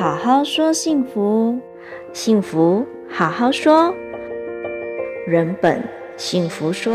好好说幸福，幸福好好说。人本幸福说。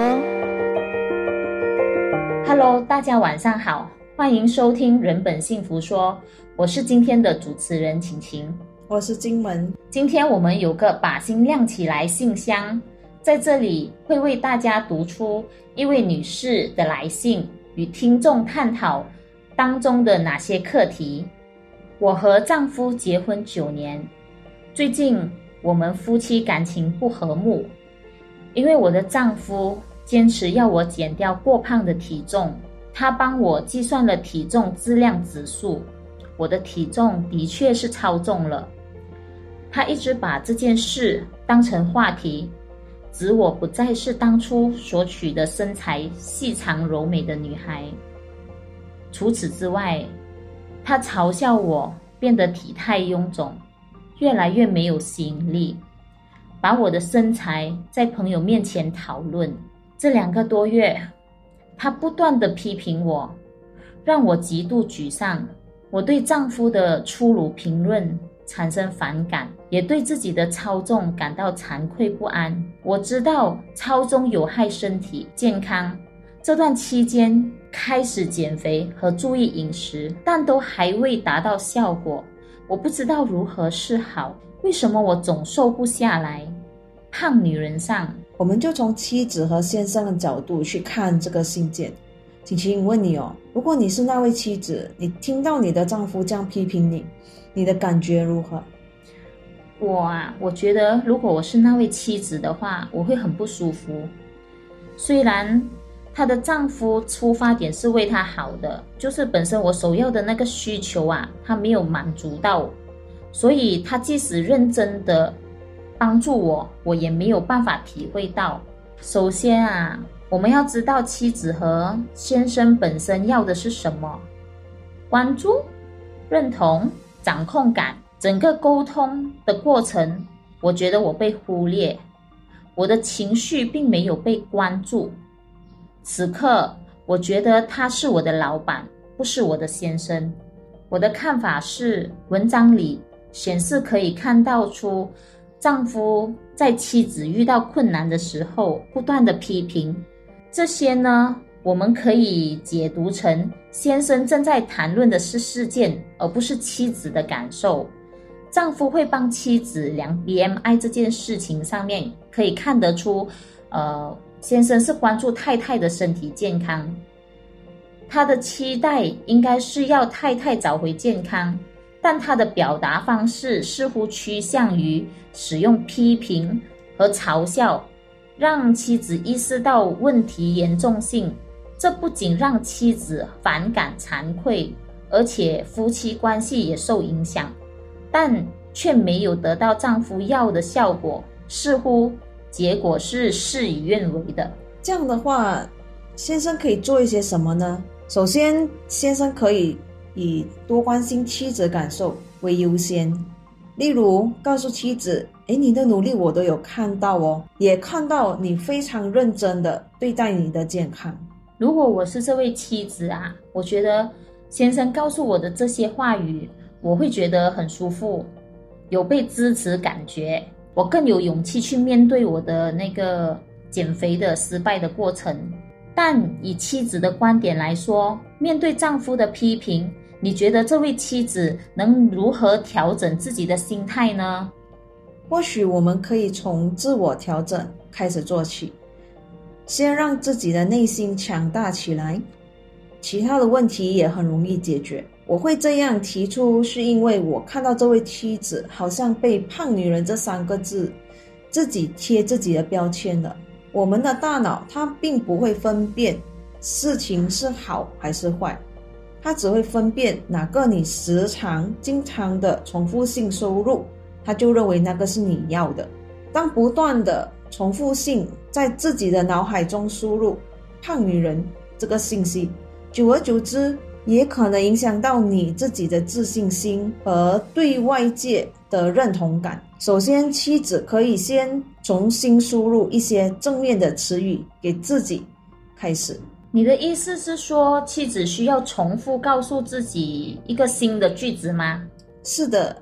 Hello， 大家晚上好，欢迎收听人本幸福说，我是今天的主持人晴晴， 我是金门。 今天我们有个把心亮起来信箱，在这里会为大家读出一位女士的来信，与听众探讨当中的哪些课题。我和丈夫结婚9年，最近我们夫妻感情不和睦，因为我的丈夫坚持要我减掉过胖的体重，他帮我计算了体重质量指数，我的体重的确是超重了。他一直把这件事当成话题，指我不再是当初所取的身材细长柔美的女孩。除此之外，他嘲笑我变得体态臃肿，越来越没有吸引力，把我的身材在朋友面前讨论。这2个多月，他不断地批评我，让我极度沮丧。我对丈夫的粗鲁评论产生反感，也对自己的超重感到惭愧不安。我知道超重有害身体健康，这段期间开始减肥和注意饮食，但都还未达到效果。我不知道如何是好，为什么我总瘦不下来？胖女人上， 我们就从妻子和先生的角度去看这个信件。晴晴问你如果你是那位妻子，你听到你的丈夫这样批评你，你的感觉如何？ 我觉得如果我是那位妻子的话，我会很不舒服。虽然她的丈夫出发点是为她好的，就是本身我首要的那个需求她没有满足到，所以她即使认真的帮助我也没有办法体会到。首先我们要知道妻子和先生本身要的是什么：关注、认同、掌控感。整个沟通的过程，我觉得我被忽略，我的情绪并没有被关注。此刻我觉得他是我的老板，不是我的先生。我的看法是，文章里显示可以看到出丈夫在妻子遇到困难的时候不断的批评，这些呢，我们可以解读成先生正在谈论的是事件，而不是妻子的感受。丈夫会帮妻子量 BMI 这件事情上面可以看得出先生是关注太太的身体健康，他的期待应该是要太太找回健康，但他的表达方式似乎趋向于使用批评和嘲笑，让妻子意识到问题严重性。这不仅让妻子反感惭愧，而且夫妻关系也受影响，但却没有得到丈夫要的效果，似乎结果是事与愿违的。 这样的话，先生可以做一些什么呢？首先，先生可以以多关心妻子的感受为优先，例如告诉妻子，你的努力我都有看到也看到你非常认真的对待你的健康。 如果我是这位妻子我觉得先生告诉我的这些话语，我会觉得很舒服，有被支持感觉，我更有勇气去面对我的那个减肥的失败的过程。但以妻子的观点来说，面对丈夫的批评，你觉得这位妻子能如何调整自己的心态呢？ 或许我们可以从自我调整开始做起，先让自己的内心强大起来，其他的问题也很容易解决。我会这样提出，是因为我看到这位妻子好像被胖女人这3个字自己贴自己的标签了。我们的大脑它并不会分辨事情是好还是坏，它只会分辨哪个你经常的重复性输入，它就认为那个是你要的。当不断的重复性在自己的脑海中输入胖女人这个信息，久而久之也可能影响到你自己的自信心和对外界的认同感。首先，妻子可以先重新输入一些正面的词语给自己开始。 你的意思是说，妻子需要重复告诉自己一个新的句子吗？ 是的，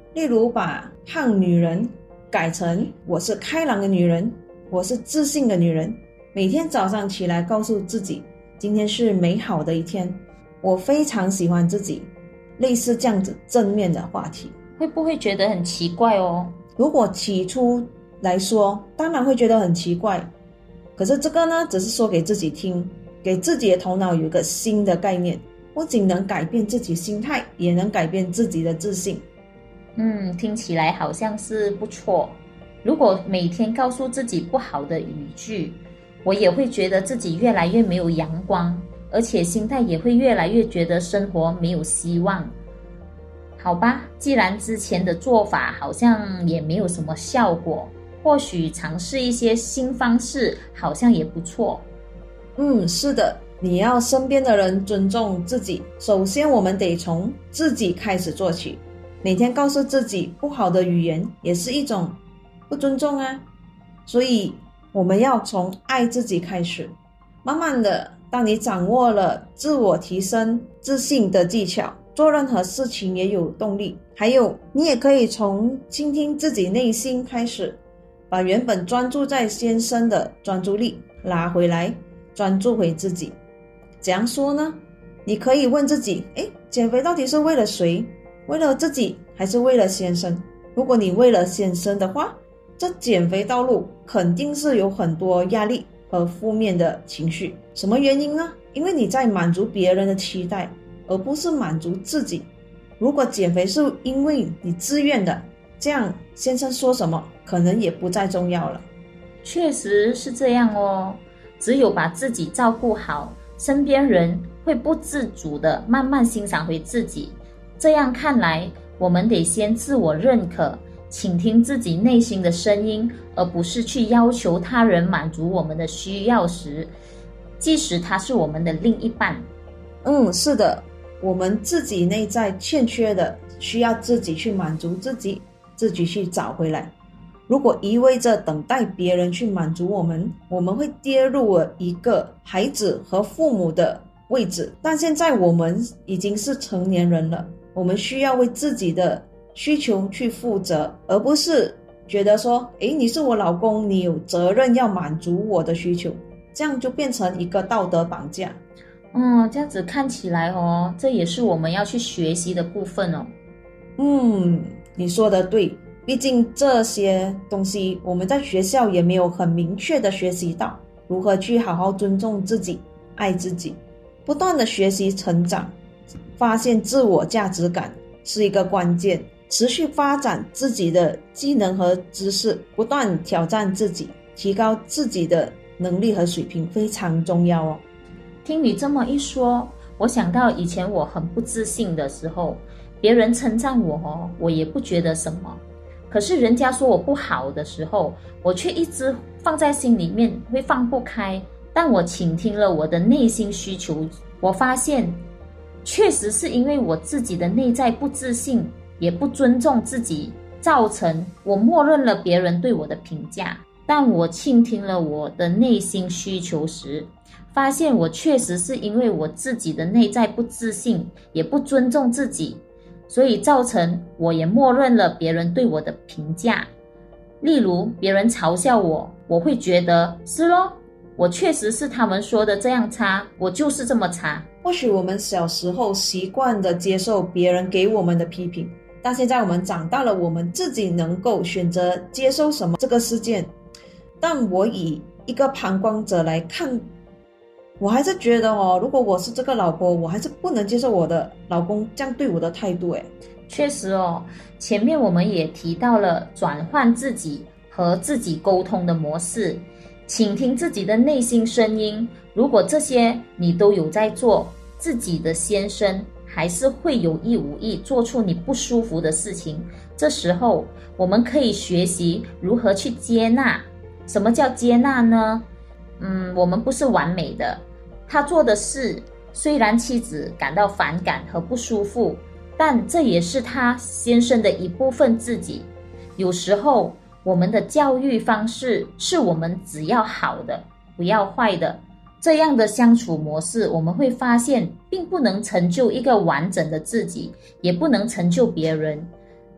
例如把胖女人改成我是开朗的女人，我是自信的女人。每天早上起来告诉自己，今天是美好的一天，我非常喜欢自己，类似这样子正面的话题。 会不会觉得很奇怪哦？ 如果起初来说，当然会觉得很奇怪，可是这个呢，只是说给自己听，给自己的头脑有一个新的概念，不仅能改变自己心态，也能改变自己的自信。 听起来好像是不错。如果每天告诉自己不好的语句，我也会觉得自己越来越没有阳光，而且心态也会越来越觉得生活没有希望。好吧，既然之前的做法好像也没有什么效果，或许尝试一些新方式好像也不错。 是的，你要身边的人尊重自己，首先我们得从自己开始做起。每天告诉自己不好的语言也是一种不尊重啊，所以我们要从爱自己开始。慢慢的，当你掌握了自我提升自信的技巧，做任何事情也有动力。还有，你也可以从倾听自己内心开始，把原本专注在先生的专注力拉回来，专注回自己。怎样说呢？你可以问自己，减肥到底是为了谁？为了自己还是为了先生？如果你为了先生的话，这减肥道路肯定是有很多压力和负面的情绪。什么原因呢？因为你在满足别人的期待，而不是满足自己。如果减肥是因为你自愿的，这样先生说什么可能也不再重要了。 确实是这样哦，只有把自己照顾好，身边人会不自主的慢慢欣赏回自己。这样看来，我们得先自我认可，倾听自己内心的声音，而不是去要求他人满足我们的需要时，即使他是我们的另一半。 是的，我们自己内在欠缺的，需要自己去满足自己，自己去找回来。如果一味着等待别人去满足我们，我们会跌入了一个孩子和父母的位置。但现在我们已经是成年人了，我们需要为自己的需求去负责，而不是觉得说，你是我老公，你有责任要满足我的需求，这样就变成一个道德绑架。 这样子看起来哦，这也是我们要去学习的部分哦。 你说的对，毕竟这些东西我们在学校也没有很明确的学习到，如何去好好尊重自己，爱自己，不断的学习成长，发现自我价值感是一个关键。持续发展自己的技能和知识，不断挑战自己，提高自己的能力和水平非常重要哦。 听你这么一说，我想到以前我很不自信的时候，别人称赞我我也不觉得什么，可是人家说我不好的时候，我却一直放在心里面，会放不开。但我倾听了我的内心需求，我发现确实是因为我自己的内在不自信，也不尊重自己，造成我默认了别人对我的评价。但我倾听了我的内心需求时，发现我确实是因为我自己的内在不自信，也不尊重自己，所以造成我也默认了别人对我的评价。例如别人嘲笑我，我会觉得是咯，我确实是他们说的这样差，我就是这么差。 或许我们小时候习惯的接受别人给我们的批评，但现在我们长大了，我们自己能够选择接受什么这个事件。但我以一个旁观者来看，我还是觉得如果我是这个老婆，我还是不能接受我的老公这样对我的态度。 确实前面我们也提到了转换自己和自己沟通的模式，倾听自己的内心声音。如果这些你都有在做，自己的先生还是会有意无意做出你不舒服的事情，这时候我们可以学习如何去接纳。什么叫接纳呢？我们不是完美的，他做的事虽然妻子感到反感和不舒服，但这也是他先生的一部分自己。有时候我们的教育方式是我们只要好的，不要坏的，这样的相处模式，我们会发现并不能成就一个完整的自己，也不能成就别人。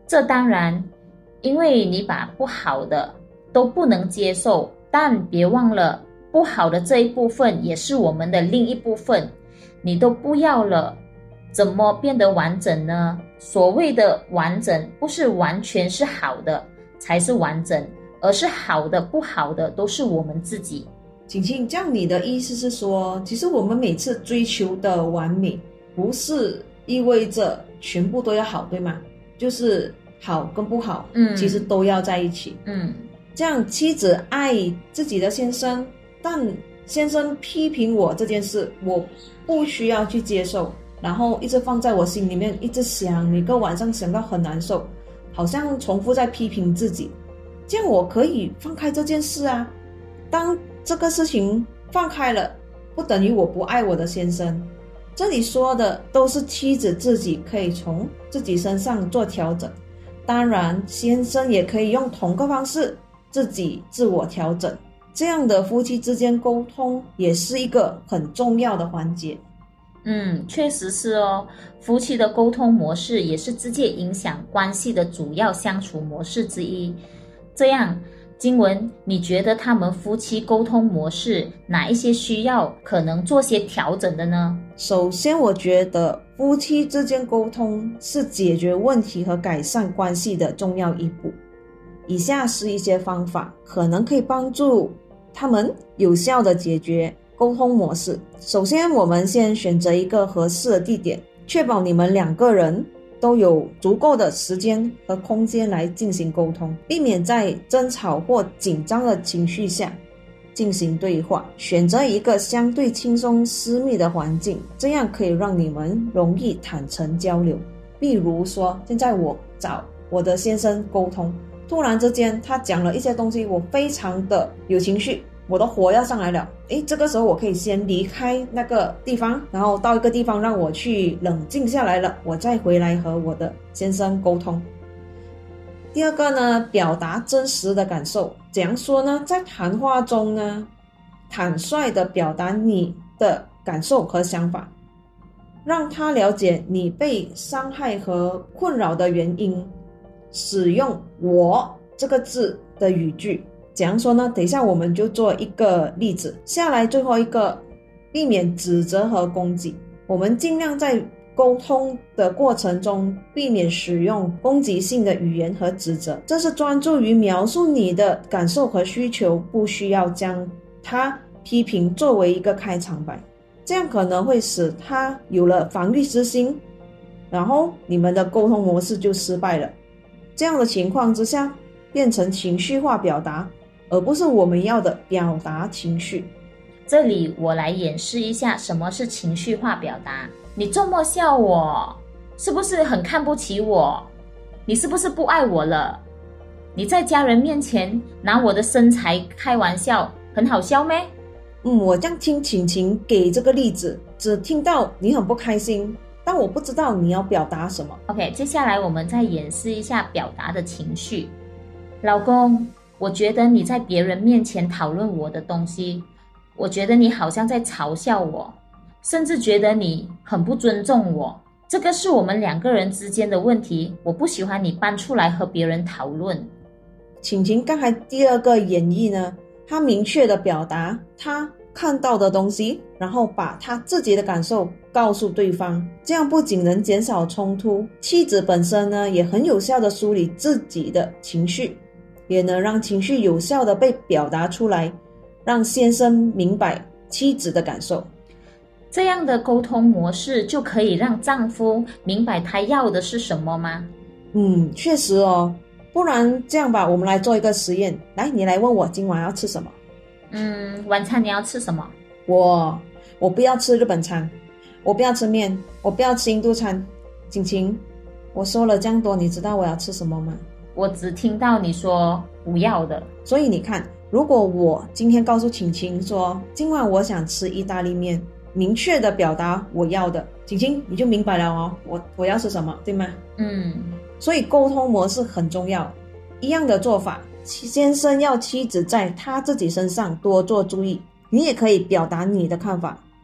这当然，因为你把不好的都不能接受，但别忘了，不好的这一部分也是我们的另一部分，你都不要了，怎么变得完整呢？所谓的完整，不是完全是好的才是完整，而是好的不好的都是我们自己。 晴晴，这样你的意思是说，其实我们每次追求的完美，不是意味着全部都要好，对吗？就是好跟不好，其实都要在一起。这样妻子爱自己的先生，但先生批评我这件事，我不需要去接受，然后一直放在我心里面，一直想，每个晚上想到很难受，好像重复在批评自己。这样我可以放开这件事啊。当这个事情放开了，不等于我不爱我的先生。这里说的都是妻子自己可以从自己身上做调整，当然先生也可以用同个方式自己自我调整。这样的夫妻之间沟通也是一个很重要的环节。 确实是哦，夫妻的沟通模式也是直接影响关系的主要相处模式之一。这样，经文，你觉得他们夫妻沟通模式哪一些需要可能做些调整的呢？ 首先，我觉得夫妻之间沟通是解决问题和改善关系的重要一步。以下是一些方法，可能可以帮助他们有效地解决沟通模式。首先，我们先选择一个合适的地点，确保你们两个人都有足够的时间和空间来进行沟通，避免在争吵或紧张的情绪下进行对话。选择一个相对轻松私密的环境，这样可以让你们容易坦诚交流。比如说，现在我找我的先生沟通，突然之间他讲了一些东西，我非常的有情绪，我的火要上来了。这个时候我可以先离开那个地方，然后到一个地方让我去冷静下来了，我再回来和我的先生沟通。第二个呢，表达真实的感受。怎样说呢？在谈话中呢，坦率地表达你的感受和想法，让他了解你被伤害和困扰的原因。使用我这个字的语句。怎样说呢？等一下我们就做一个例子。下来最后一个，避免指责和攻击。我们尽量在沟通的过程中避免使用攻击性的语言和指责，这是专注于描述你的感受和需求，不需要将他批评作为一个开场白，这样可能会使他有了防御之心，然后你们的沟通模式就失败了。这样的情况之下，变成情绪化表达，而不是我们要的表达情绪。 这里我来演示一下什么是情绪化表达。你这么笑我，是不是很看不起我？你是不是不爱我了？你在家人面前拿我的身材开玩笑，很好笑咩？ 我这样听晴晴给这个例子，只听到你很不开心，但我不知道你要表达什么。 OK， 接下来我们再演示一下表达的情绪。老公，我觉得你在别人面前讨论我的东西，我觉得你好像在嘲笑我，甚至觉得你很不尊重我。这个是我们两个人之间的问题，我不喜欢你搬出来和别人讨论。 晴晴刚才第二个演绎呢，他明确的表达他看到的东西，然后把他自己的感受告诉对方，这样不仅能减少冲突，妻子本身呢也很有效的梳理自己的情绪，也能让情绪有效的被表达出来，让先生明白妻子的感受。 这样的沟通模式就可以让丈夫明白他要的是什么吗？ 确实哦。不然这样吧，我们来做一个实验。来，你来问我今晚要吃什么。 晚餐你要吃什么？ 我不要吃日本餐，我不要吃面，我不要吃印度餐。晴晴，我说了这样多，你知道我要吃什么吗？ 我只听到你说不要的。 所以你看，如果我今天告诉晴晴说今晚我想吃意大利面，明确的表达我要的，晴晴你就明白了哦，我要吃什么，对吗？所以沟通模式很重要。一样的做法，先生要妻子在他自己身上多做注意，你也可以表达你的看法，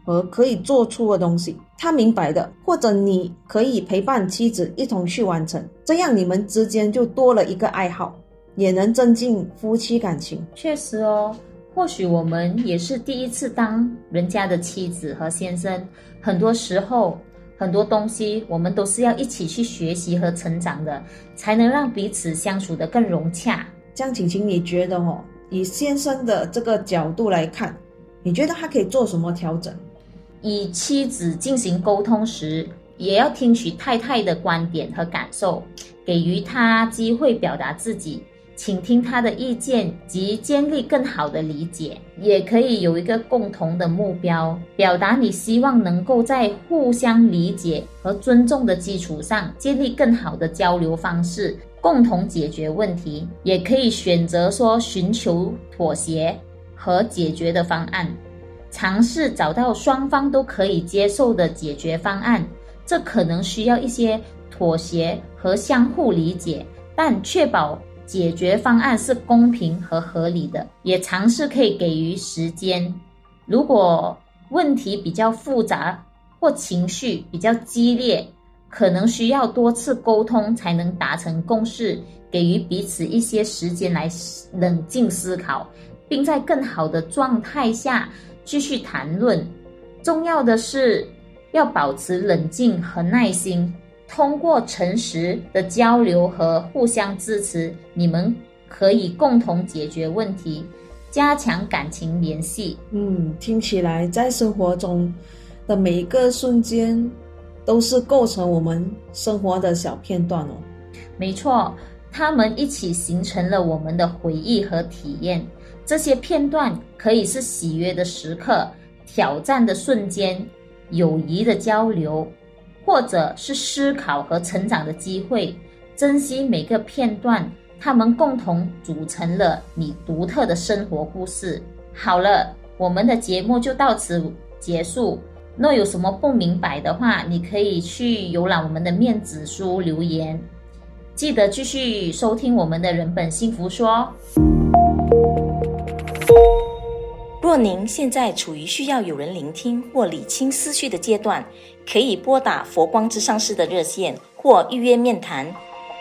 和可以做出的东西，他明白的，或者你可以陪伴妻子一同去完成，这样你们之间就多了一个爱好，也能增进夫妻感情。 确实哦，或许我们也是第一次当人家的妻子和先生，很多时候很多东西我们都是要一起去学习和成长的，才能让彼此相处得更融洽。 这样晴晴，你觉得以先生的这个角度来看，你觉得他可以做什么调整？ 与妻子进行沟通时，也要听取太太的观点和感受，给予她机会表达自己，倾听她的意见及建立更好的理解。也可以有一个共同的目标，表达你希望能够在互相理解和尊重的基础上建立更好的交流方式，共同解决问题。也可以选择寻求妥协和解决的方案，尝试找到双方都可以接受的解决方案。这可能需要一些妥协和相互理解，但确保解决方案是公平和合理的。也尝试可以给予时间，如果问题比较复杂或情绪比较激烈，可能需要多次沟通才能达成共识，给予彼此一些时间来冷静思考，并在更好的状态下继续谈论。重要的是要保持冷静和耐心，通过诚实的交流和互相支持，你们可以共同解决问题，加强感情联系。 听起来在生活中的每一个瞬间都是构成我们生活的小片段哦。 没错，他们一起形成了我们的回忆和体验。这些片段可以是喜悦的时刻、挑战的瞬间、友谊的交流，或者是思考和成长的机会。珍惜每个片段，它们共同组成了你独特的生活故事。好了，我们的节目就到此结束。若有什么不明白的话，你可以去浏览我们的面子书留言。记得继续收听我们的人本幸福说。 若您现在处于需要有人聆听或理清思绪的阶段，可以拨打佛光之上师的热线或预约面谈。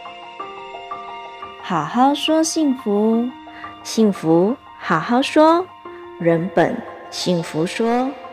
好好说幸福，幸福好好说，人本幸福说。